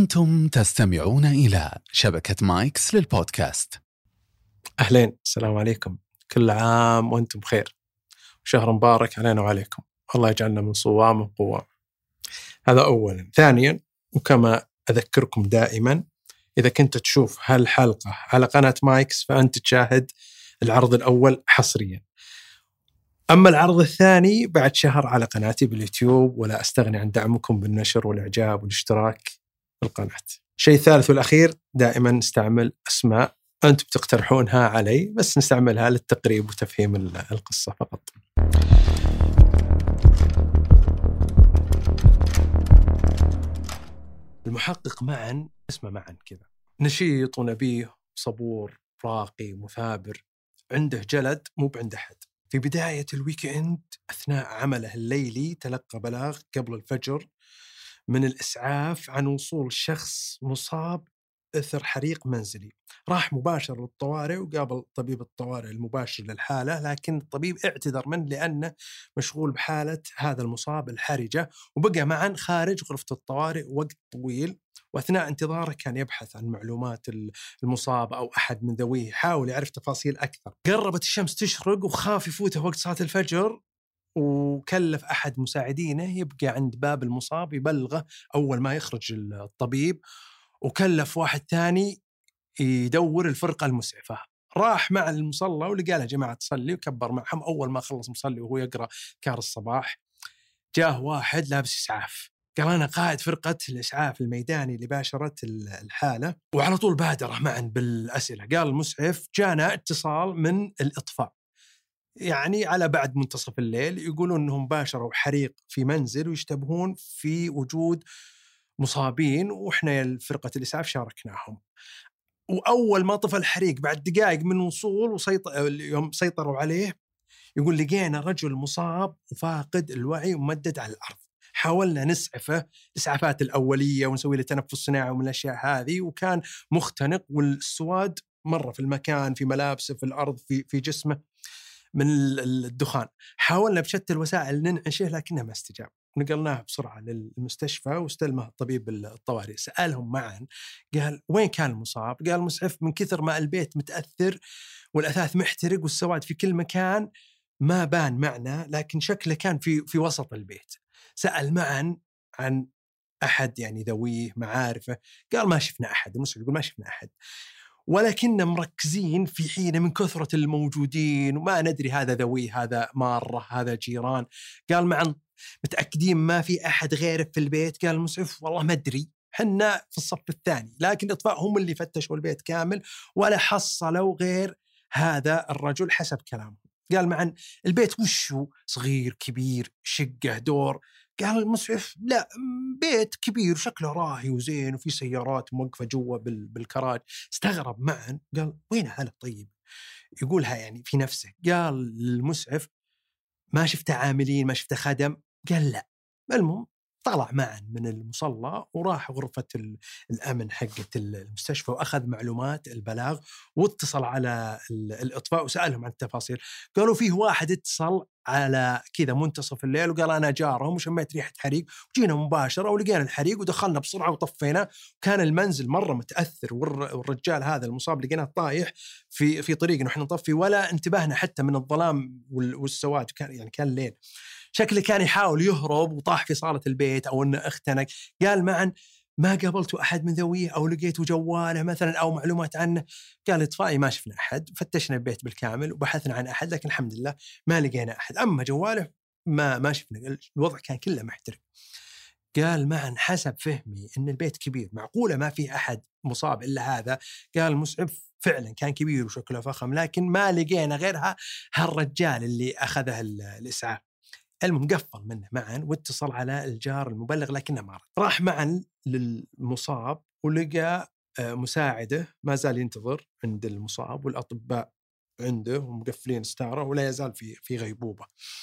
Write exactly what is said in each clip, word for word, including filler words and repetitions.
أنتم تستمعون إلى شبكة مايكس للبودكاست. أهلين، السلام عليكم، كل عام وأنتم بخير، شهر مبارك علينا وعليكم، الله يجعلنا من صوام وقوام. هذا أولا. ثانيا، وكما أذكركم دائما، إذا كنت تشوف هالحلقة على قناة مايكس فأنت تشاهد العرض الأول حصريا، أما العرض الثاني بعد شهر على قناتي باليوتيوب، ولا أستغني عن دعمكم بالنشر والإعجاب والاشتراك بالقناة. الشيء الثالث والأخير، دائما نستعمل أسماء أنتم تقترحونها علي، بس نستعملها للتقريب وتفهيم القصة فقط. المحقق معا اسمه معا كذا، نشيط ونبيه صبور راقي مثابر، عنده جلد مو بعند أحد. في بداية الويكند أثناء عمله الليلي تلقى بلاغ قبل الفجر من الإسعاف عن وصول شخص مصاب أثر حريق منزلي. راح مباشر للطوارئ وقابل طبيب الطوارئ المباشر للحالة، لكن الطبيب اعتذر منه لأنه مشغول بحالة هذا المصاب الحرجة، وبقى معا خارج غرفة الطوارئ وقت طويل. وأثناء انتظاره كان يبحث عن معلومات المصاب أو أحد من ذويه، حاول يعرف تفاصيل أكثر. قربت الشمس تشرق وخاف يفوته وقت صلاة الفجر، وكلف أحد مساعدينه يبقى عند باب المصاب يبلغه أول ما يخرج الطبيب، وكلف واحد ثاني يدور الفرقة المسعفة. راح مع المصلى ولقى له جماعة تصلي وكبر معهم. أول ما خلص مصلي وهو يقرأ كار الصباح، جاه واحد لابس إسعاف، قال أنا قائد فرقة الإسعاف الميداني اللي باشرت الحالة. وعلى طول بادره معا بالأسئلة. قال المسعف جانا اتصال من الإطفاء، يعني على بعد منتصف الليل، يقولون أنهم باشروا حريق في منزل ويشتبهون في وجود مصابين، وإحنا فرقة الإسعاف شاركناهم. وأول ما طفى الحريق بعد دقائق من وصول وسيطر يوم سيطروا عليه، يقول لقينا رجل مصاب وفاقد الوعي وممدد على الأرض. حاولنا نسعفه الإسعافات الأولية ونسوي له تنفس صناعي ومن الأشياء هذه، وكان مختنق والسواد مرة في المكان، في ملابسه، في الأرض، في في جسمه من الدخان. حاولنا بشتى الوسائل ننعشه لكنه ما استجاب. نقلناه بسرعة للمستشفى واستلمه طبيب الطوارئ. سألهم معا، قال وين كان المصاب؟ قال المسعف من كثر ما البيت متأثر والأثاث محترق والسواد في كل مكان ما بان معنا، لكن شكله كان في في وسط البيت. سأل معا عن أحد يعني ذويه معارفه، قال ما شفنا أحد. المسعف يقول ما شفنا أحد، ولكننا مركزين في حين من كثرة الموجودين وما ندري هذا ذوي هذا مارة هذا جيران. قال معا متأكدين ما في أحد غيره في البيت؟ قال المسعف والله ما أدري، حنا في الصف الثاني، لكن الإطفاء هم اللي فتشوا البيت كامل ولا حصلوا غير هذا الرجل حسب كلامه. قال معا البيت وشو صغير كبير شقة دور؟ قال المسعف لا، بيت كبير شكله راهي وزين وفي سيارات موقفة جوا بالكراج. استغرب معا، قال وين هلا طيب يقولها يعني في نفسه. قال المسعف ما شفت عاملين، ما شفت خدم؟ قال لا. المهم طلع معا من المصلى وراح غرفة الأمن حقة المستشفى وأخذ معلومات البلاغ، واتصل على الإطفاء وسألهم عن التفاصيل. قالوا فيه واحد اتصل على كذا منتصف الليل وقال أنا جارهم وشميت ريحة حريق، وجينا مباشرة ولقينا الحريق ودخلنا بسرعة وطفينا. كان المنزل مرة متأثر، والرجال هذا المصاب لقيناه طايح في في طريق نحن نطفي، ولا انتبهنا حتى من الظلام والسواد، كان يعني كان ليل. شكله كان يحاول يهرب وطاح في صالة البيت أو أنه اختنق. قال معا ما قابلتوا أحد من ذويه أو لقيتوا جواله مثلا أو معلومات عنه؟ قال إطفائي ما شفنا أحد، فتشنا البيت بالكامل وبحثنا عن أحد لكن الحمد لله ما لقينا أحد، أما جواله ما ما شفنا، الوضع كان كله محترق. قال معا حسب فهمي أن البيت كبير، معقولة ما فيه أحد مصاب إلا هذا؟ قال المسعف فعلا كان كبير وشكله فخم، لكن ما لقينا غيرها هالرجال اللي أخذه الإسعاف. المهم قفل منه معا واتصل على الجار المبلغ لكنه ما رد. راح معا للمصاب ولقى مساعده ما زال ينتظر عند المصاب، والأطباء عنده ومقفلين ستاره ولا يزال في في غيبوبة.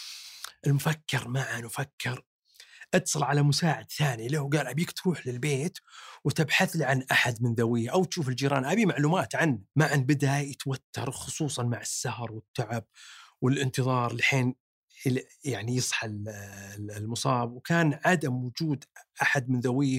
المفكر معا وفكر، اتصل على مساعد ثاني له وقال أبيك تروح للبيت وتبحث لي عن أحد من ذويه أو تشوف الجيران، أبي معلومات عنه. معا بدأ يتوتر خصوصا مع السهر والتعب والانتظار لحين يعني يصحى المصاب، وكان عدم وجود أحد من ذويه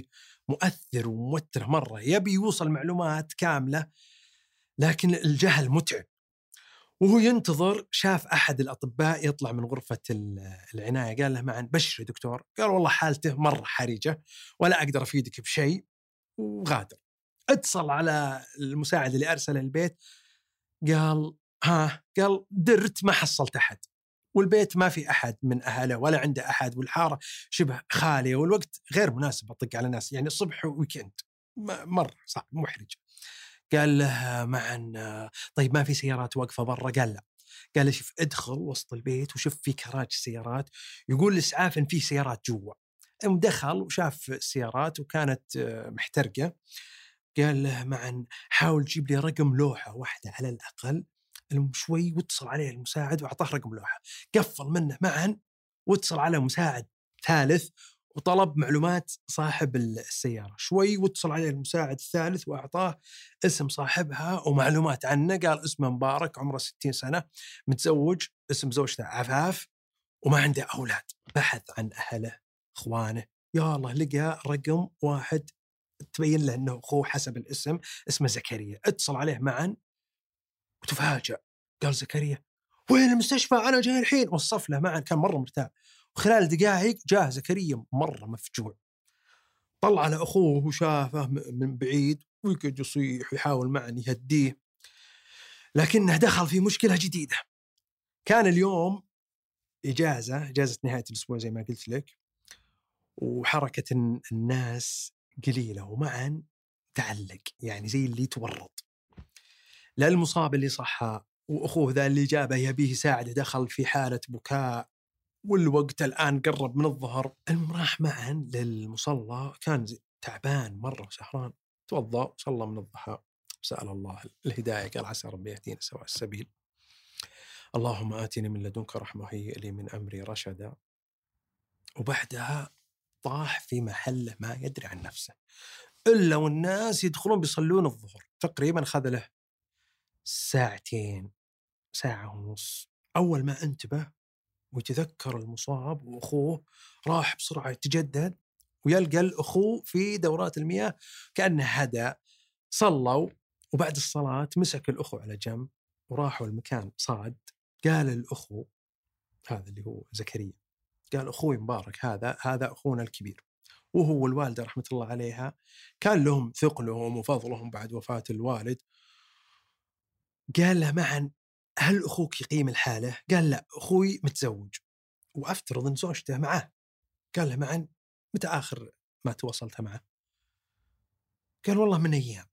مؤثر وموتر مرة، يبي يوصل معلومات كاملة لكن الجهل متعب. وهو ينتظر شاف أحد الأطباء يطلع من غرفة العناية، قال له معا بشر يا دكتور. قال والله حالته مرة حرجة ولا أقدر أفيدك بشيء، وغادر. اتصل على المساعد اللي أرسله البيت، قال ها قال درت ما حصلت أحد، والبيت ما في أحد من أهله ولا عنده أحد، والحارة شبه خالية، والوقت غير مناسب أطق على ناس، يعني الصبح ويكند مرة صعب محرج. قال له معا طيب ما في سيارات واقفة برا؟ قال لا. قال له شوف ادخل وسط البيت وشوف في كراج سيارات، يقول الإسعاف إن في سيارات جوا. دخل وشاف السيارات وكانت محترقة. قال له معا حاول تجيب لي رقم لوحة واحدة على الأقل. شوي واتصل عليه المساعد وأعطاه رقم لوحة، قفل منه معا واتصل على مساعد ثالث وطلب معلومات صاحب السيارة. شوي واتصل عليه المساعد الثالث وأعطاه اسم صاحبها ومعلومات عنه. قال اسمه مبارك، عمره ستين سنة، متزوج، اسم زوجته عفاف، وما عنده أولاد. بحث عن أهله إخوانه، يا الله لقى رقم واحد تبين له أنه أخوه حسب الاسم، اسمه زكريا. اتصل عليه معا وتفاجأ، قال زكريا وين المستشفى؟ أنا جاي الحين. وصف له معا، كان مرة مرتاح. وخلال دقائق جاء زكريا مرة مفجوع، طلع على أخوه وشافه من بعيد ويقعد يصيح ويحاول معا يهديه، لكنه دخل في مشكلة جديدة. كان اليوم إجازة إجازة نهاية الأسبوع زي ما قلت لك، وحركة الناس قليلة، ومعا تعلق يعني زي اللي تورط. لا المصاب اللي صحى وأخوه ذا اللي جابه يبيه يساعده دخل في حالة بكاء، والوقت الآن قرب من الظهر. راح معا للمصلى، كان تعبان مرة وسهران، توضأ وصلى من الضحى، سأل الله الهداية، قال عسى ربي يهدينا سواء السبيل، اللهم آتني من لدنك رحمة هيئ لي من أمري رشدا. وبعدها طاح في محله ما يدري عن نفسه، إلا والناس يدخلون بيصلون الظهر. تقريبا خذ له ساعتين ساعة ونص. أول ما انتبه ويتذكر المصاب وأخوه، راح بسرعة يتجدد ويلقى الأخو في دورات المياه كأنه هدى. صلوا، وبعد الصلاة مسك الأخو على جنب وراحوا المكان صاد. قال الأخو هذا اللي هو زكريا، قال أخوي مبارك هذا هذا أخونا الكبير، وهو الوالدة رحمة الله عليها كان لهم ثقلهم وفضلهم بعد وفاة الوالد. قال له معا هل أخوك يقيم الحالة؟ قال لا، أخوي متزوج وأفترض أن زوجته معه. قال له معا متى آخر ما تواصلت معه؟ قال والله من أيام.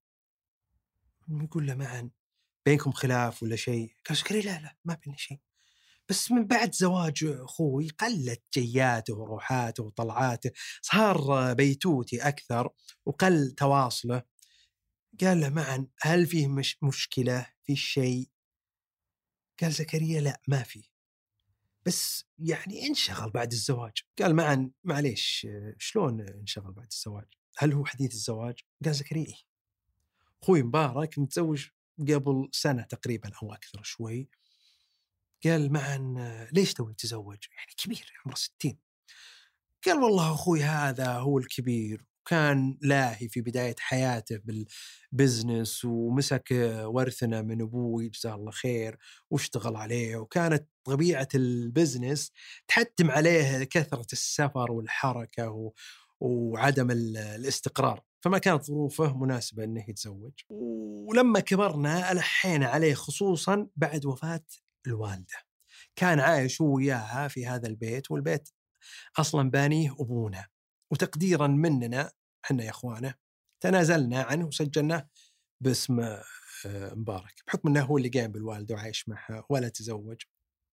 يقول له معا بينكم خلاف ولا شيء؟ قال زكريا لا لا ما بيني شيء، بس من بعد زواج أخوي قلت جياته وروحاته وطلعاته، صار بيتوتي أكثر وقل تواصله. قال له معا هل فيه مش مشكلة في شيء؟ قال زكريا لا ما فيه، بس يعني انشغل بعد الزواج. قال معا معليش شلون انشغل بعد الزواج؟ هل هو حديث الزواج؟ قال زكريا إيه، أخوي مبارك متزوج قبل سنة تقريبا أو أكثر شوي. قال معا ليش توي تزوج؟ يعني كبير عمره ستين. قال والله أخوي هذا هو الكبير، وكان لاهي في بداية حياته بالبزنس، ومسك ورثنا من أبوي جزاه الله خير واشتغل عليه، وكانت طبيعة البزنس تحتم عليه كثرة السفر والحركة و... وعدم الاستقرار، فما كانت ظروفه مناسبة أنه يتزوج. ولما كبرنا ألحينا عليه خصوصا بعد وفاة الوالدة. كان عايش هو وياها في هذا البيت، والبيت أصلا بانيه أبونا، وتقديرا مننا احنا يا إخوانه تنازلنا عنه وسجلناه باسم مبارك، بحكم أنه هو اللي قام بالوالدة وعايش معها ولا تزوج.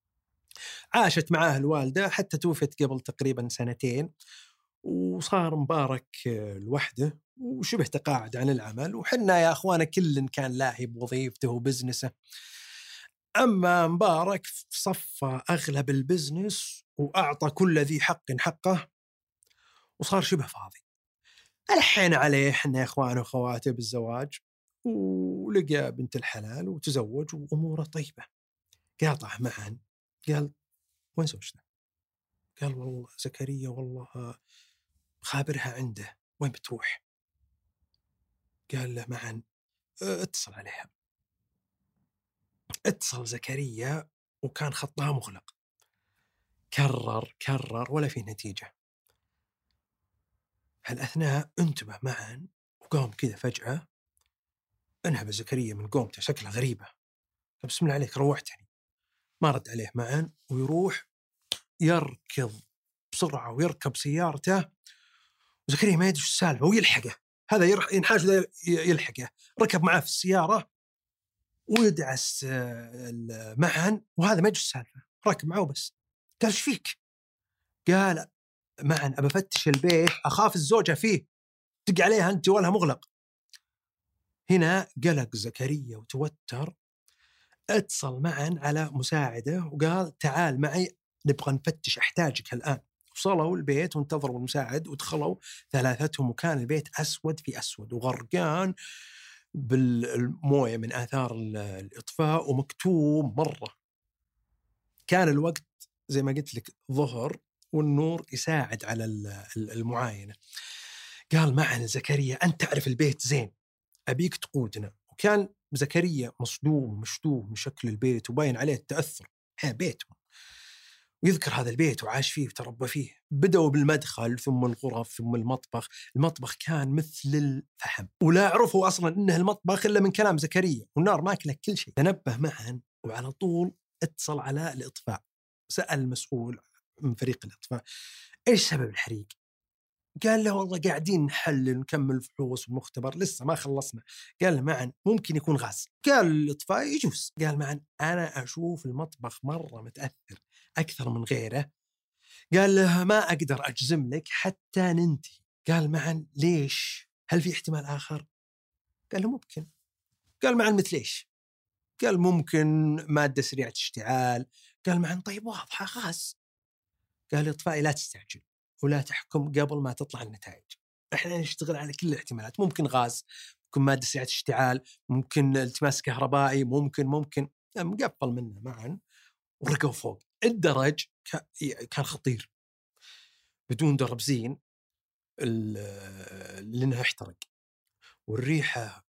عاشت معاه الوالدة حتى توفت قبل تقريبا سنتين، وصار مبارك لوحده وشبه تقاعد عن العمل، وحنا يا أخوانا كل كان لاهي بوظيفته وبزنسه. أما مبارك صفى أغلب البزنس وأعطى كل ذي حق حقه، وصار شبه فاضي. ألحين عليه حنا يا إخوانه وخواته بالزواج، ولقى بنت الحلال وتزوج وأموره طيبة. قاطع معا، قال وين زوجته؟ قال والله زكريا والله خابرها عنده، وين بتروح؟ قال له معا اتصل عليها. اتصل زكريا وكان خطها مغلق، كرر كرر ولا في نتيجة. هالأثناء انتبه معا وقام كذا فجأة، انهب زكريا من قومته شكلها غريبة. بسم الله عليك روحتني. ما رد عليه معا ويروح يركض بسرعة ويركب سيارته، وزكريا ما يدري وش السالفة ويلحقه. هذا ينحاش يلحقه، ركب معه في السيارة ويدعس معا، وهذا ما يدري السالفة، راكب معه بس. قال ايش فيك؟ قال معا أبى أفتش البيت، أخاف الزوجة فيه، دق عليها أنت جوالها مغلق. هنا قلق زكريا وتوتر، اتصل معا على مساعده وقال تعال معي نبغى نفتش، أحتاجك الآن. وصلوا البيت وانتظروا المساعد ودخلوا ثلاثتهم، وكان البيت أسود في أسود وغرقان بالموية من آثار الإطفاء ومكتوم مرة. كان الوقت زي ما قلت لك ظهر والنور يساعد على المعاينة. قال معنا زكريا أنت تعرف البيت زين، أبيك تقودنا. وكان زكريا مصدوم ومشتوه من شكل البيت وباين عليه التأثر، هي بيتهم ويذكر هذا البيت وعاش فيه وتربى فيه. بدأوا بالمدخل ثم الغرف ثم المطبخ. المطبخ كان مثل الفحم، ولا عرفوا أصلا إنه المطبخ إلا من كلام زكريا، والنار ماكله كل شيء. تنبه معا وعلى طول اتصل على الإطفاء، سأل المسؤول من فريق الإطفاء إيش سبب الحريق؟ قال له والله قاعدين نحلل نكمل فحوص ومختبر لسه ما خلصنا. قال له معا ممكن يكون غاز. قال الإطفاء يجوز. قال معا أنا أشوف المطبخ مرة متأثر أكثر من غيره. قال له ما أقدر أجزم لك حتى ننتهي. قال معا ليش؟ هل في احتمال آخر؟ قال له ممكن. قال معا مثل إيش؟ قال ممكن مادة سريعة اشتعال. قال معا طيب واضحة غاز. قال الإطفائي لا تستعجل ولا تحكم قبل ما تطلع النتائج، احنا نشتغل على كل الاحتمالات، ممكن غاز، ممكن مادة سريعة اشتعال، ممكن التماس كهربائي، ممكن ممكن مقفل منه معا. ورقوا فوق الدرج كان خطير بدون درب زين لأنها احترق، والريحة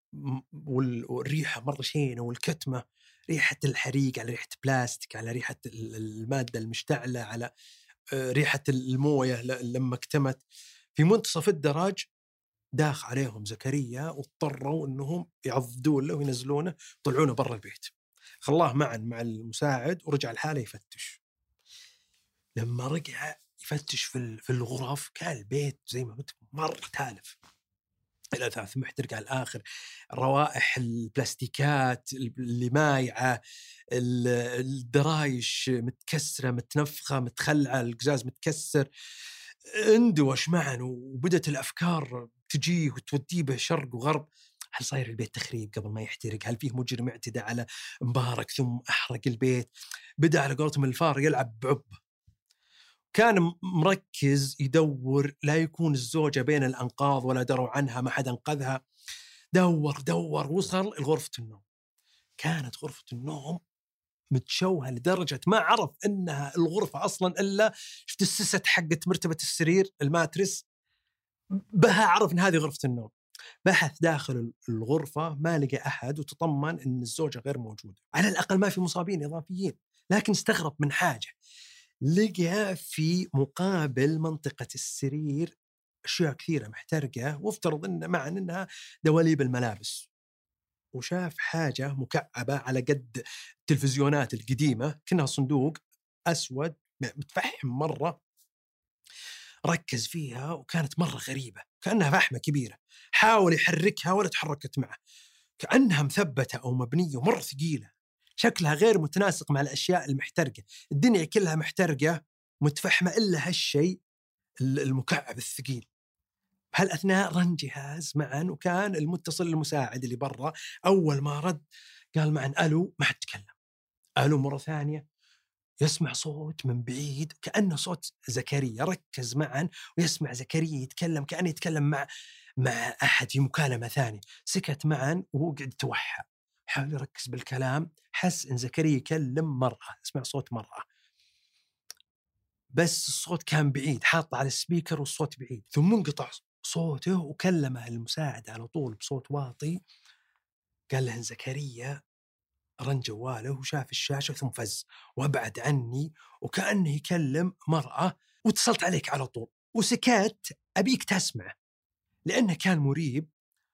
والريحة مرة شينة، والكتمة ريحة الحريق على ريحة بلاستيك على ريحة المادة المشتعلة على ريحة الموية لما اكتمت. في منتصف الدرج داخ عليهم زكريا واضطروا أنهم يعضدون له وينزلونه وطلعونه برا البيت. خلاه معا مع المساعد ورجع الحالة يفتش. لما رجع يفتش في في الغرف كان البيت زي ما قلت مرة تالف، الأثاث محترقة على الآخر، روائح البلاستيكات اللي مايعة، الدرايش متكسرة متنفخة متخلعة، القزاز متكسر، اندوش معا. وبدت الأفكار تجيه وتوديه به شرق وغرب. هل صاير البيت تخريب قبل ما يحترق؟ هل فيه مجرم اعتدى على مبارك ثم أحرق البيت؟ بدأ على قولتهم الفار يلعب بعبه. كان مركز يدور لا يكون الزوجة بين الأنقاض ولا دروا عنها ما حد أنقذها. دور دور وصل لغرفة النوم. كانت غرفة النوم متشوهة لدرجة ما عرف أنها الغرفة أصلا إلا شفت السست حقت مرتبة السرير الماترس بها عرف أن هذه غرفة النوم. بحث داخل الغرفة ما لقى أحد وتطمن أن الزوجة غير موجودة، على الأقل ما في مصابين إضافيين. لكن استغرب من حاجة، لقى في مقابل منطقة السرير أشياء كثيرة محترقة، وافترض إن مع أنها دواليب الملابس. وشاف حاجة مكعبة على قد التلفزيونات القديمة، كأنها صندوق أسود متفحم مرة. ركز فيها وكانت مرة غريبة، كأنها فحمة كبيرة. حاول يحركها ولا تحركت معه، كأنها مثبتة أو مبنية ومرة ثقيلة. شكلها غير متناسق مع الأشياء المحترقة، الدنيا كلها محترقة متفحمة إلا هالشيء المكعب الثقيل. بهالأثناء رن جهاز معا، وكان المتصل المساعد اللي برا. أول ما رد قال معا ألو، ما حد تكلم. ألو مرة ثانية، يسمع صوت من بعيد كأنه صوت زكريا. ركز معا ويسمع زكريا يتكلم كأنه يتكلم مع مع أحد في مكالمة ثانية. سكت معا وهو قاعد يتوحى، حاول يركز بالكلام. حس إن زكريا يكلم مرأة، اسمع صوت مرأة بس الصوت كان بعيد، حاط على السبيكر والصوت بعيد. ثم انقطع صوته وكلمه المساعد على طول بصوت واطي، قال له إن زكريا رن جواله وشاف الشاشة ثم فز وابعد عني وكأنه يكلم مرأة، واتصلت عليك على طول وسكت أبيك تسمع لأنه كان مريب.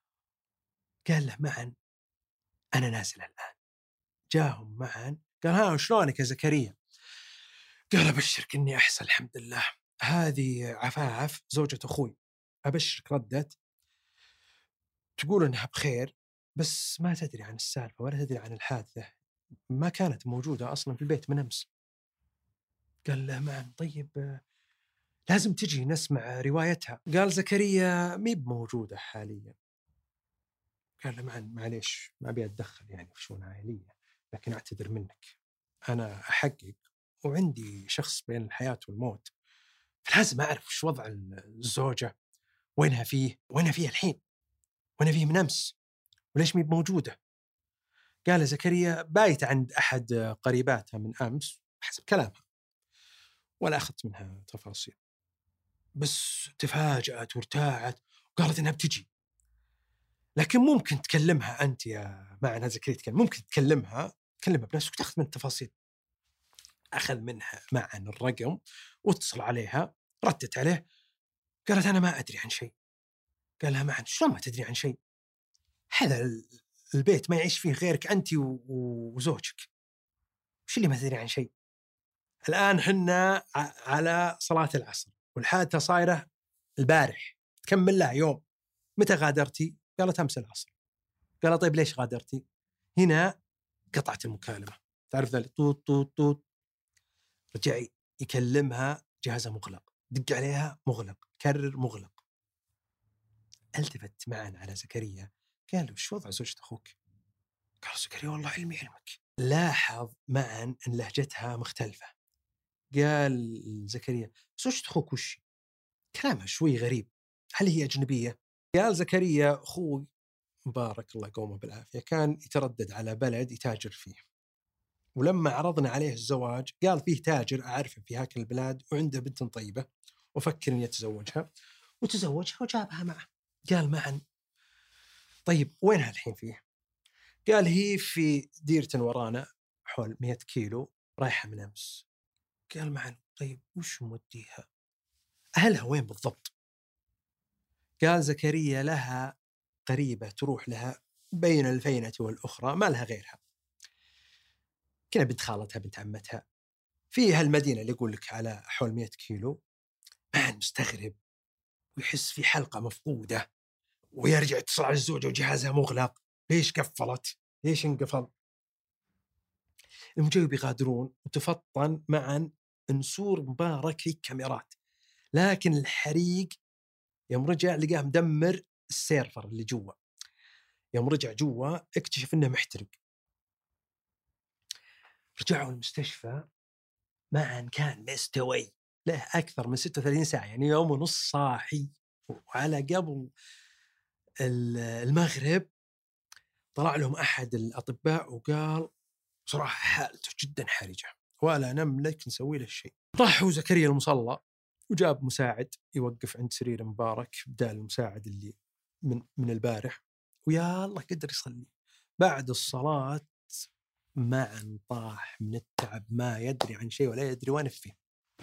قال له معا أنا نازل الآن. جاهم معا قال ها وشلونك يا زكريا؟ قال أبشرك إني أحسن الحمد لله، هذه عفاف زوجة أخوي، أبشرك ردت تقول إنها بخير بس ما تدري عن السالفة ولا تدري عن الحادثة، ما كانت موجودة أصلا في البيت من أمس. قال له معا طيب لازم تجي نسمع روايتها. قال زكريا ميب موجودة حاليا. قال له معا معليش ما أبي أتدخل يعني في شؤون عائلية، لكن أعتذر منك، أنا أحقق وعندي شخص بين الحياة والموت، فلازم أعرف وش وضع الزوجة، وينها فيه وينها فيه الحين، وينها فيه من أمس وليش ميب موجودة. قال زكريا بايت عند أحد قريباتها من أمس حسب كلامها، ولا أخذت منها تفاصيل، بس تفاجأت وارتاعت وقالت إنها بتجي، لكن ممكن تكلمها أنت يا معنا زكريا، تكلم ممكن تكلمها تكلمها بنفسك وتاخذ من التفاصيل. أخذ منها معنا الرقم واتصل عليها، ردت عليه قالت أنا ما أدري عن شيء. قال لها معنا شلون ما تدري عن شيء؟ هذا البيت ما يعيش فيه غيرك أنت وزوجك، وش اللي ما تدري عن شيء؟ الآن حنا على صلاة العصر والحادثة صايرة البارح، تكمل لها يوم، متى غادرتي؟ قالت أمس العصر. قال طيب ليش غادرتي؟ هنا قطعت المكالمة، تعرف ذلك طوط طوط طوط. رجع يكلمها جهازها مغلق، دق عليها مغلق، كرر مغلق. التفت معا على زكريا قال له وش وضع زوجة أخوك؟ قال زكريا والله علمي علمك. لاحظ معا أن لهجتها مختلفة. قال زكريا زوجة أخوك وش؟ كلامها شوي غريب، هل هي أجنبية؟ قال زكريا أخوي مبارك الله يقومه بالعافية كان يتردد على بلد يتاجر فيه، ولما عرضنا عليه الزواج قال فيه تاجر أعرفه في هاك البلاد وعنده بنت طيبة وفكر أن يتزوجها، وتزوجها وجابها معه. قال معا طيب وينها الحين فيه؟ قال هي في ديرة ورانا حول مئة كيلو رايحة من أمس. قال معا طيب وش موديها؟ أهلها وين بالضبط؟ قال زكريا لها قريبة تروح لها بين الفينة والأخرى ما لها غيرها، كنا بنت خالتها بنت عمتها في هالمدينة اللي يقول لك على حول مئة كيلو. معا مستغرب ويحس في حلقة مفقودة، ويرجع يتصل على الزوجة وجهازها مغلق، ليش قفلت؟ ليش انقفل؟ المجيب بيغادرون وتفطن معا نسور مبارك في كاميرات، لكن الحريق يوم رجع لقاه مدمر السيرفر اللي جوا، يوم رجع جوا اكتشف انه محترق. رجعوا المستشفى معا كان مستوي له أكثر من ستة وثلاثين ساعة، يعني يوم ونص صاحي، وعلى قبل المغرب طلع لهم أحد الأطباء وقال صراحة حالته جدا حرجة ولا نملك نسوي له شيء. راحوا زكريا المصلى وجاب مساعد يوقف عند سرير مبارك بدال المساعد اللي من من البارح، ويا الله قدر يصلي. بعد الصلاة معا طاح من التعب ما يدري عن شيء ولا يدري وين فيه.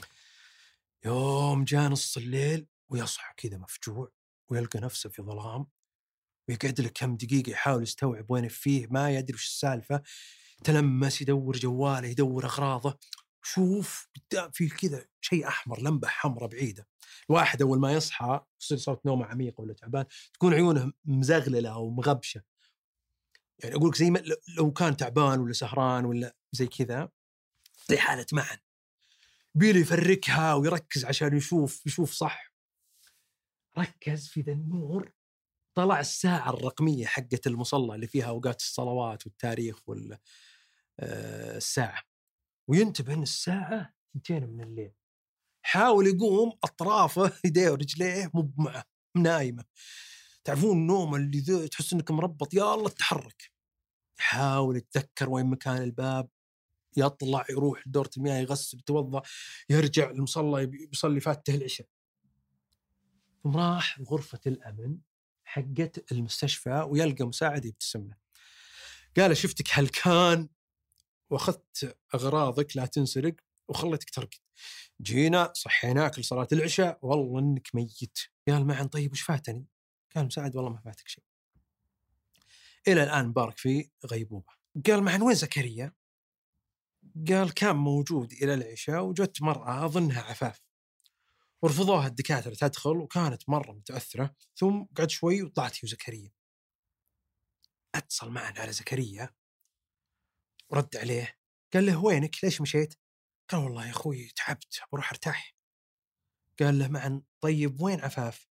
يوم جاء نص الليل ويصحى كذا مفجوع ويلقى نفسه في ظلام، ويقعد له كم دقيقة يحاول يستوعب وين فيه، ما يدري وش السالفة. تلمس يدور جواله يدور أغراضه، شوف قدام فيه كذا شيء أحمر لمبة حمراء بعيدة. الواحد أول ما يصحى يصير صوت نومه عميق ولا تعبان تكون عيونه مزغللة أو مغبشة، يعني أقولك زي ما لو كان تعبان ولا سهران ولا زي كذا، زي حالة معا بيله يفركها ويركز عشان يشوف يشوف صح. ركز في ذا النور، طلع الساعة الرقمية حقة المصلى اللي فيها أوقات الصلوات والتاريخ والساعة، وينتبه أن الساعة اثنتين من الليل. حاول يقوم أطرافه يديه ورجليه مو معه نايمة، تعرفون النوم اللي ذو تحس أنك مربط يا الله تحرك. يحاول يتذكر وين مكان الباب، يطلع يروح دورة المياه يغسل يتوضأ، يرجع المصلى يصلي فاتته العشاء. ثم راح غرفة الأمن حقت المستشفى ويلقى مساعد يبتسم له. قال شفتك هلكان واخذت أغراضك لا تنسرق وخلتك ترقد، جينا صحيناك لصلاة العشاء والله إنك ميت. قال معن طيب وش فاتني؟ قال مساعد والله ما فاتك شيء، إلى الآن مبارك فيه غيبوبة. قال معن وين زكريا؟ قال كان موجود إلى العشاء وجت مرأة أظنها عفاف ورفضوها الدكاترة تدخل وكانت مرة متأثرة، ثم قعد شوي وطلعت هي وزكريا. اتصل معنا على زكريا ورد عليه قال له وينك ليش مشيت؟ قال والله يا أخوي تعبت بروح ارتاح. قال له معن طيب وين عفاف؟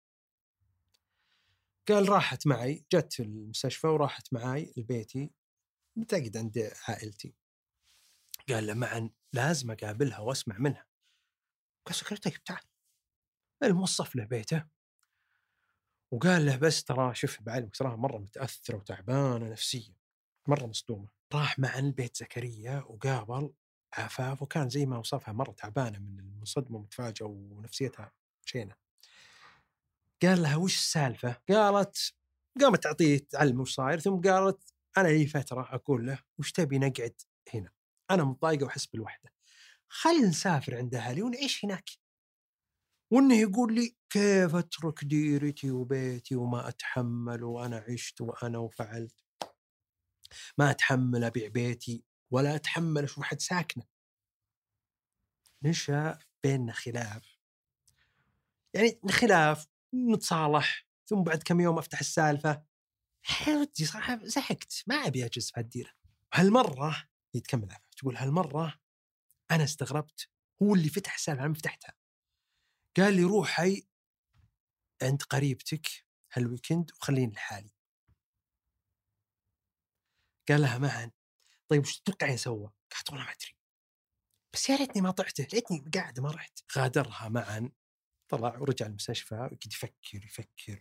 قال راحت معي، جت المستشفى وراحت معي لبيتي متأكد عند عائلتي. قال له معن لازم أقابلها وأسمع منها. قال زكريا طيب تعال. الموصف له بيته وقال له بس ترى شوف بعلمك تراها مرة متأثرة وتعبانة نفسيا مرة مصدومة. راح مع البيت زكريا وقابل عفاف وكان زي ما وصفها مرة تعبانة من المصدمة ومتفاجئة ونفسيتها شينة. قال لها وش السالفة؟ قالت قامت تعطيه تعلم وش صاير، ثم قالت أنا لي فترة أقول له وش تبي نقعد هنا، أنا متضايقة وأحس بالوحدة، خلينا نسافر عند أهلي ونعيش هناك. وإنه يقول لي كيف أترك ديرتي وبيتي وما أتحمل وأنا عشت وأنا وفعلت، ما أتحمل أبيع بيتي ولا أتحمل أشوف حد ساكنة. نشأ بيننا خلاف، يعني خلاف نتصالح، ثم بعد كم يوم أفتح السالفة ودي صاحب زهقت ما أبي أجلس في هالديرة. هالمرة يتكمل عفاف تقول هالمرة أنا استغربت هو اللي فتح السالفة أنا فتحتها. قال لي روحي عند قريبتك هالويكند وخليني لحالي. قال لها معن طيب وش تتوقعين سوى؟ قالت والله ما أدري بس يا ريتني ما طعته ليتني قاعد ما رحت. غادرها معن، طلع ورجع المستشفى وقعد يفكر يفكر.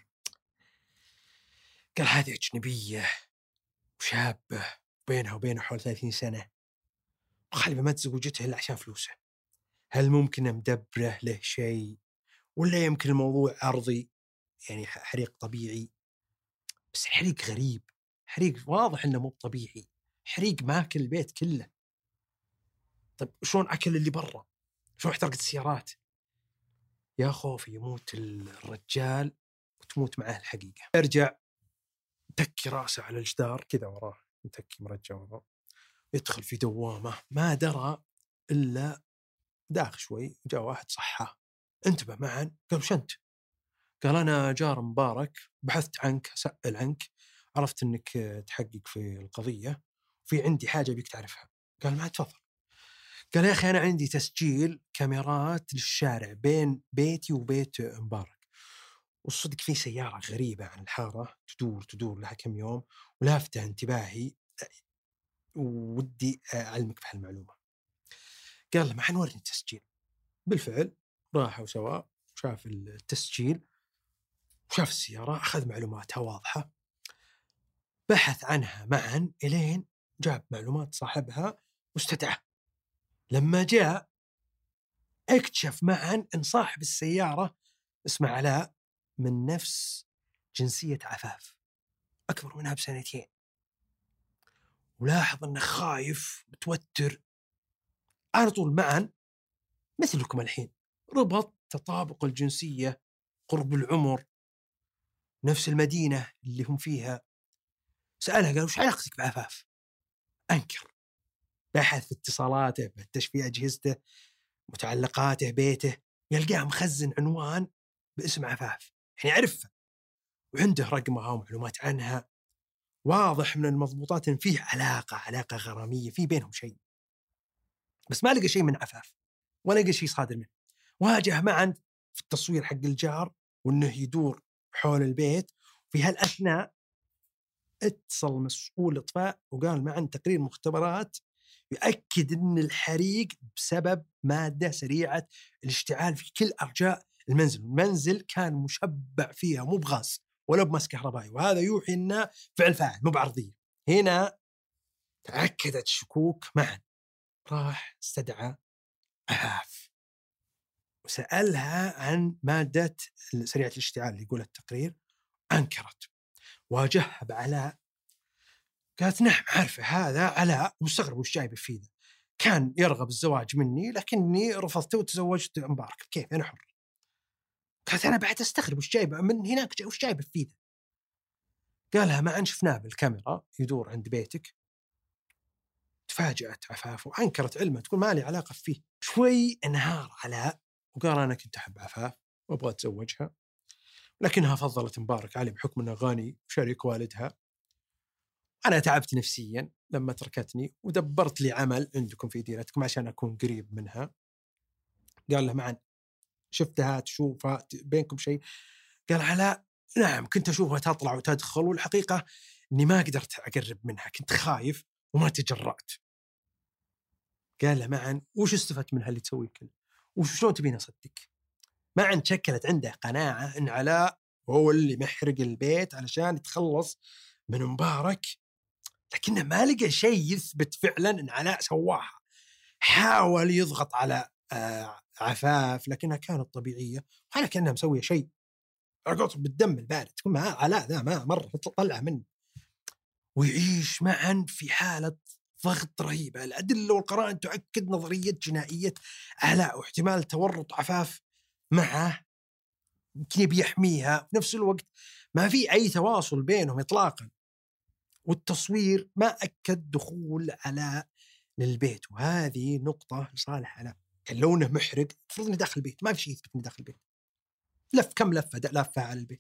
قال هذه أجنبية وشابة بينها وبينه حول ثلاثين سنة وخلي ما تزوجتها إلا عشان فلوسه، هل ممكن مدبره له شيء ولا يمكن الموضوع عرضي يعني حريق طبيعي؟ بس الحريق غريب، حريق واضح إنه مو طبيعي، حريق ماكل البيت كله. طيب شلون أكل اللي برا؟ شلون احترقت السيارات؟ يا خوفي يموت الرجال وتموت معه الحقيقة. ارجع تكي راسه على الجدار كذا وراه متكي مرجع وراه، يدخل في دوامة ما درى إلا داخل شوي جاء واحد صحاه انتبه معا. قال وش أنت؟ قال أنا جار مبارك بحثت عنك سأل عنك عرفت أنك تحقق في القضية وفي عندي حاجة بيك تعرفها. قال ما تفضل. قال يا أخي أنا عندي تسجيل كاميرات للشارع بين بيتي وبيت مبارك والصدق في سيارة غريبة عن الحارة تدور تدور لها كم يوم ولافتة انتباهي ودي أعلمك بهالمعلومة. قال له ما حنورني التسجيل. بالفعل راح وسوا وشاف التسجيل وشاف السيارة أخذ معلوماتها واضحة، بحث عنها معا إلين جاب معلومات صاحبها واستدعاه. لما جاء اكتشف معا أن صاحب السيارة اسمه علاء من نفس جنسية عفاف أكبر منها بسنتين، ولاحظ أنه خايف متوتر. على طول معا مثلكم الحين ربط تطابق الجنسية قرب العمر نفس المدينة اللي هم فيها. سألها قال وش علاقتك بعفاف؟ أنكر. بحث في اتصالاته فتش في أجهزته متعلقاته بيته يلقاه مخزن عنوان باسم عفاف يعني عرفها وعنده رقمها ومعلومات عنها. واضح من المضبوطات إن فيه علاقة علاقة غرامية في بينهم شيء، بس ما لقى شيء من عفاف ولا لقى شيء صادر منه. واجه معا في التصوير حق الجار وإنه يدور حول البيت. في هالأثناء اتصل مسؤول إطفاء وقال معا تقرير مختبرات يؤكد أن الحريق بسبب مادة سريعة الاشتعال في كل أرجاء المنزل. المنزل كان مشبع فيها مو بغاز ولا بمس كهربائي، وهذا يوحي أنه فعل فاعل مو بعرضية. هنا تأكدت الشكوك معا، راح استدعى عفاف وسألها عن مادة سريعة الاشتعال اللي يقول التقرير، أنكرت. واجهها بعلاء، قالت نعم عارفة هذا علاء، مستغرب وش جايبه فيه ذا، كان يرغب الزواج مني لكني رفضته وتزوجت مبارك، كيف أنا حر. قالت أنا بعد أستغرب وش جايبه من هناك، وش جايبه فيه ذا. قالها ما أن شفناه بالكاميرا يدور عند بيتك. تفاجأت عفاف وأنكرت علمه، تقول ما لي علاقة فيه. شوي انهار علاء وقال أنا كنت أحب عفاف وأبغى أتزوجها، لكنها فضلت مبارك علي بحكم أنه غني وشريك والدها. أنا تعبت نفسيا لما تركتني ودبرت لي عمل عندكم في ديرتكم عشان أكون قريب منها. قال له معا شفتها تشوفها بينكم شيء؟ قال علاء نعم كنت أشوفها تطلع وتدخل، والحقيقة أني ما قدرت أقرب منها، كنت خايف وما تجرأت. قال له معا وش استفدت من هاللي تسويه كله، وش شلون تبين أصدق؟ معا شكلت عنده قناعة أن علاء هو اللي محرق البيت علشان يتخلص من مبارك، لكنه ما لقى شيء يثبت فعلا أن علاء سواها. حاول يضغط على آه عفاف لكنها كانت طبيعية ولا كأنها مسوية شيء. رقص بالدم البارد، تقول ما علاء ذا ما مرة طلع منه. ويعيش معا في حالة ضغط رهيبة. الأدلة والقرائن تؤكد نظرية جنائية علاء واحتمال تورط عفاف معه، يمكن بيحميها. في نفس الوقت ما في أي تواصل بينهم إطلاقا، والتصوير ما أكد دخول علاء للبيت، وهذه نقطة لصالح علاء. كان لونه محرق، المفروض إنه داخل البيت، ما في شيء يثبت إنه داخل البيت. لف كم لفة لفة على البيت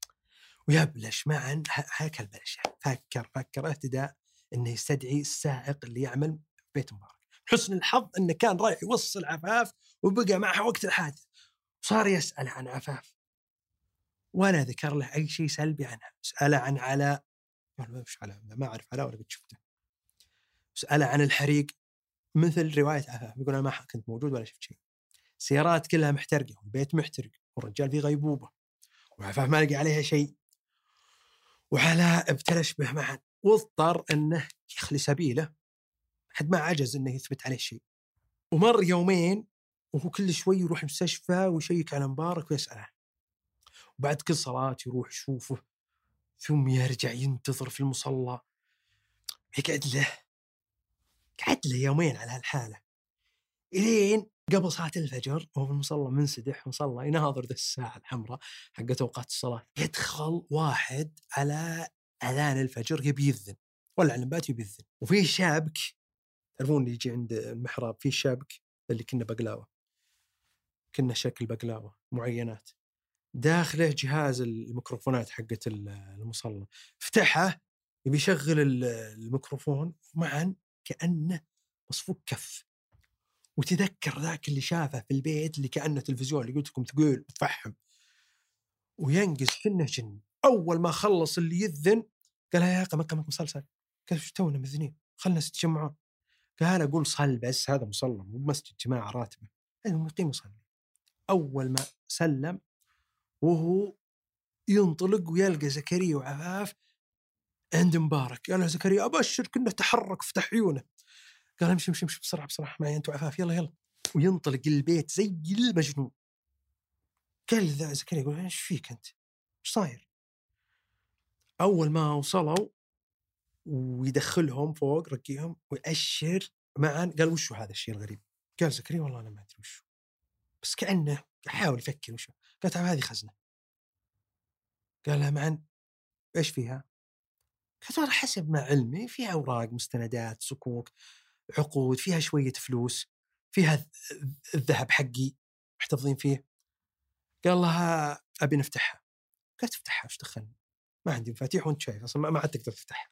ويبلش معا هيك البلش. فكر فكر اهتداء إنه يستدعي السائق اللي يعمل بيت مبارك. حسن الحظ إنه كان رايح يوصل عفاف وبقى معها وقت الحادث، وصار يسأل عن عفاف ولا ذكر له أي شيء سلبي عنها. سأله عن علاء، مش علاء، ما أعرف علاء ولا قد شفته. سأله عن الحريق مثل رواية عفاف، يقول أنا ما كنت موجود ولا شفت شيء. سيارات كلها محترقة والبيت محترق والرجال في غيبوبة، وعفاف ما لقى عليها شيء. وعلاء ابتلش به معا واضطر أنه يخلي سبيله حد ما عجز أنه يثبت عليه شيء. ومر يومين وهو كل شوي يروح المستشفى ويشيك على مبارك ويسأله، وبعد كل صلاة يروح يشوفه ثم يرجع ينتظر في المصلى. يقعد له قعد له يومين على هالحالة، إلين قبل صلاة الفجر وهو في المصلى منسدح مصلى يناظر ذا الساعة الحمراء حقت أوقات الصلاة. يدخل واحد على أذان الفجر يبي يذن، ولا على البات يبي يذن، وفيه شابك، تعرفون اللي يجي عند المحراب فيه شابك اللي كنا بقلاوة، كنا شكل بقلاوة معينات، داخله جهاز الميكروفونات حقت المصلى. فتحه يبي يشغل الميكروفون معا كأنه مصفوك كف. وتذكر ذاك اللي شافه في البيت اللي كأنه تلفزيون اللي قلت لكم ثقيل وتفحم وينقز كأنه جن. أول ما خلص اللي يذن قال يا قمة قمة مسلسل. قال شو تونا مذنين، خلنا نتجمعون. قال أقول صل بس، هذا مصلى مو مسجد جماعة راتبة، المهم يقيم يصلي. أول ما سلم وهو ينطلق ويلقى زكريا وعفاف عند مبارك. قال له زكريا أبشر كأنه تحرك فتح عيونه. قال امشي امشي امشي بسرعة بسرعة معي أنت وعفاف، يلا يلا. وينطلق البيت زي المجنون. قال ذا زكريا يقول ايش فيك أنت، ايش صاير؟ أول ما وصلوا ويدخلهم فوق رقيهم ويأشر معا، قال وشو هذا الشيء الغريب؟ قال زكريا والله أنا ما أدري وشو، بس كأنه يحاول يفكر وشو. قال تعال هذه خزنة. قال لها معا ايش فيها؟ قالت والله حسب ما علمي فيها أوراق مستندات صكوك عقود، فيها شوية فلوس، فيها الذهب حقي محتفظين فيه. قال لها أبي نفتحها. قالت افتحها ايش دخلني، ما عندي مفاتيح وانت شايف اصلا ما عاد تقدر تفتحها.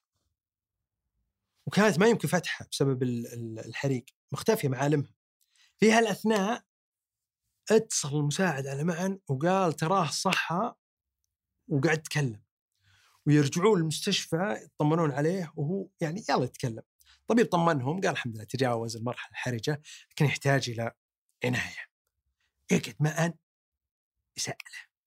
وكانت ما يمكن فتحها بسبب الحريق، مختفية معالمها. في هالأثناء اتصل المساعد على معا وقال تراه صحى وقاعد يتكلم، ويرجعون المستشفى يطمنون عليه وهو يعني يلا يتكلم. طبيب طمنهم قال الحمد لله تجاوز المرحلة الحرجة لكن يحتاج إلى عناية. يقعد معا يسأله،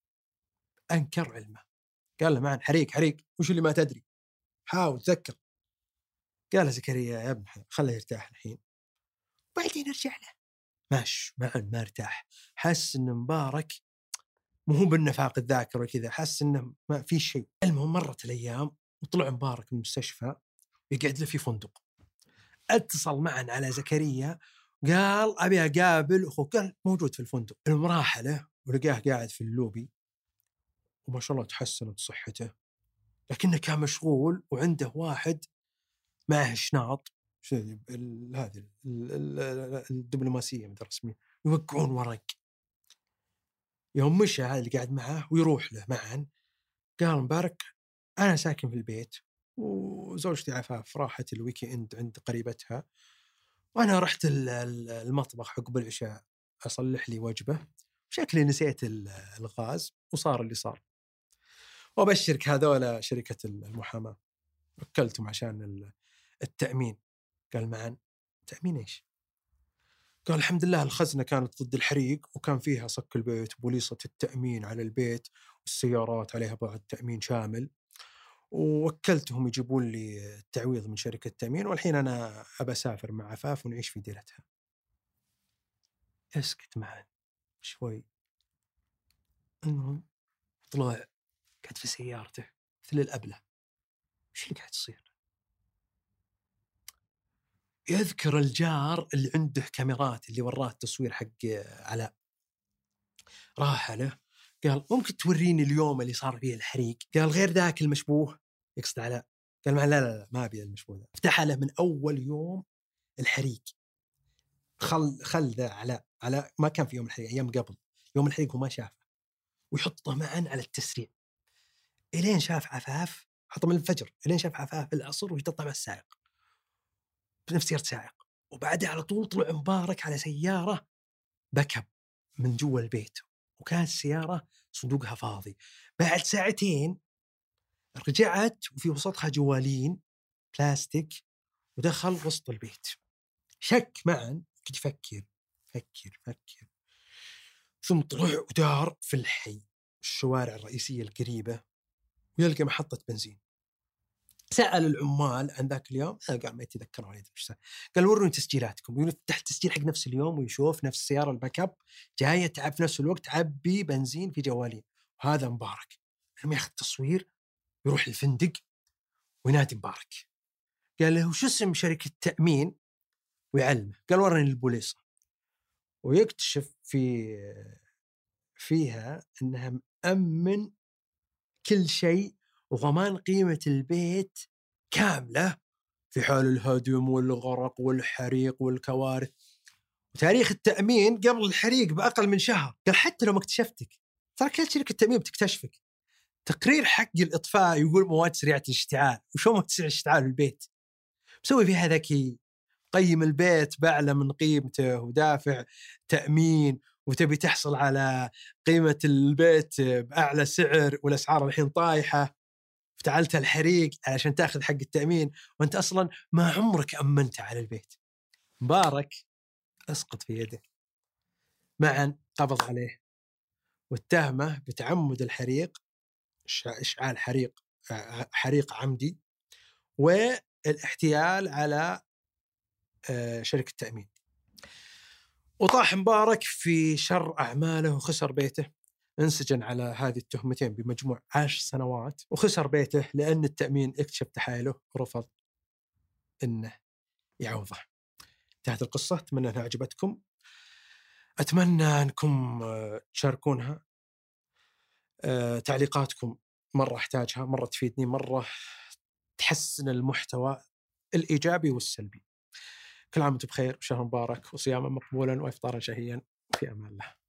أنكر علمه. قال له معا حريق حريق وش اللي ما تدري، حاول تذكر. قال زكريا يا ابن خله يرتاح الحين بعدين نرجع له. ماش معا ما ارتاح، حس إن مبارك مو بالنفاق الذاكرة وكذا، حس إنه ما في شيء. المهم مرت الأيام وطلع مبارك من المستشفى يقعد له في فندق. اتصل معا على زكريا قال أبي أقابل أخوك، قال موجود في الفندق. المراحلة ولقاه قاعد في اللوبي، وما شاء الله تحسنت صحته، لكنه كان مشغول وعنده واحد معه شناط هذه الدبلوماسية الرسمية يوقعون ورق. يوم مشى هذا اللي قاعد معه ويروح له معا، قال مبارك أنا ساكن في البيت وزوجتي عفاف راحت الويكي إند عند قريبتها، وأنا رحت المطبخ عقب العشاء أصلح لي وجبة، شكلي نسيت الغاز وصار اللي صار. وأبشرك هذولا شركة المحاماة وكلتهم عشان التأمين. قال معا تأمين إيش؟ قال الحمد لله الخزنة كانت ضد الحريق وكان فيها صك البيت وبوليصة التأمين على البيت والسيارات عليها بعض تأمين شامل، ووكلتهم يجيبون لي التعويض من شركة التأمين، والحين أنا أبى أسافر مع عفاف ونعيش في ديرتها. اسكت معا شوي. المهم طلع قاعد في سيارته مثل الأبلة. وش اللي قاعد يصير؟ يذكر الجار اللي عنده كاميرات اللي وراه التصوير حق علاء، راح له قال ممكن توريني اليوم اللي صار فيه الحريق؟ قال غير ذاك المشبوه، يقصد علاء. قال لا لا لا ما أبي المشبوه ذا. افتح له من أول يوم الحريق، خل خل ذا علاء علاء ما كان في يوم الحريق، أيام قبل يوم الحريق وما شافه، ويحطه معا على التسريع إلين شاف عفاف، حطه من الفجر إلين شاف عفاف العصر وهي تطلع مع السائق بنفس سيارة سائق. وبعدها على طول طلع مبارك على سيارة بكب من جوا البيت، وكانت السيارة صندوقها فاضي. بعد ساعتين رجعت وفي وسطها جوالين بلاستيك ودخل وسط البيت. شك معا كنت يفكر فكر فكر ثم طلع ودار في الحي الشوارع الرئيسية القريبة ويلقى محطة بنزين. سأل العمال عن ذاك اليوم، قال ما يتذكرون عليه. قال وروني تسجيلاتكم. يفتح التسجيل حق نفس اليوم ويشوف نفس السيارة الباك اب جاية تعب في نفس الوقت عبي بنزين في جوالين. وهذا مبارك لما ياخذ تصوير يروح الفندق وينادي مبارك، قال له وش اسم شركة تأمين ويعلمه. قال ورني البوليصة، ويكتشف في فيها أنها مأمن كل شيء وضمان قيمة البيت كاملة في حال الهدم والغرق والحريق والكوارث، وتاريخ التأمين قبل الحريق بأقل من شهر. قال حتى لو ما اكتشفتك ترى كل شركة التأمين بتكتشفك. تقرير حق الإطفاء يقول مواد سريعة الاشتعال. وشو مواد سريعة الاشتعال في البيت؟ مسوي فيها ذكي، قيم البيت بأعلى من قيمته ودافع تأمين، وتبي تحصل على قيمة البيت بأعلى سعر والأسعار الحين طايحة، فتعلت الحريق علشان تأخذ حق التأمين وأنت أصلا ما عمرك أمنت على البيت. مبارك أسقط في يده، معا قبض عليه واتهمه بتعمد الحريق، إشعال حريق حريق عمدي، والاحتيال على شركة التأمين. وطاح مبارك في شر أعماله وخسر بيته. انسجن على هذه التهمتين بمجموع عشر سنوات وخسر بيته لأن التأمين اكتشف تحايله ورفض إنه يعوضه. انتهت القصة. أتمنى أنها عجبتكم، أتمنى أنكم تشاركونها. أه تعليقاتكم مرة أحتاجها، مرة تفيدني، مرة تحسن المحتوى الإيجابي والسلبي. كل عام وانتم بخير، وشهر مبارك وصياما مقبولا وإفطارا شهيا، في أمان الله.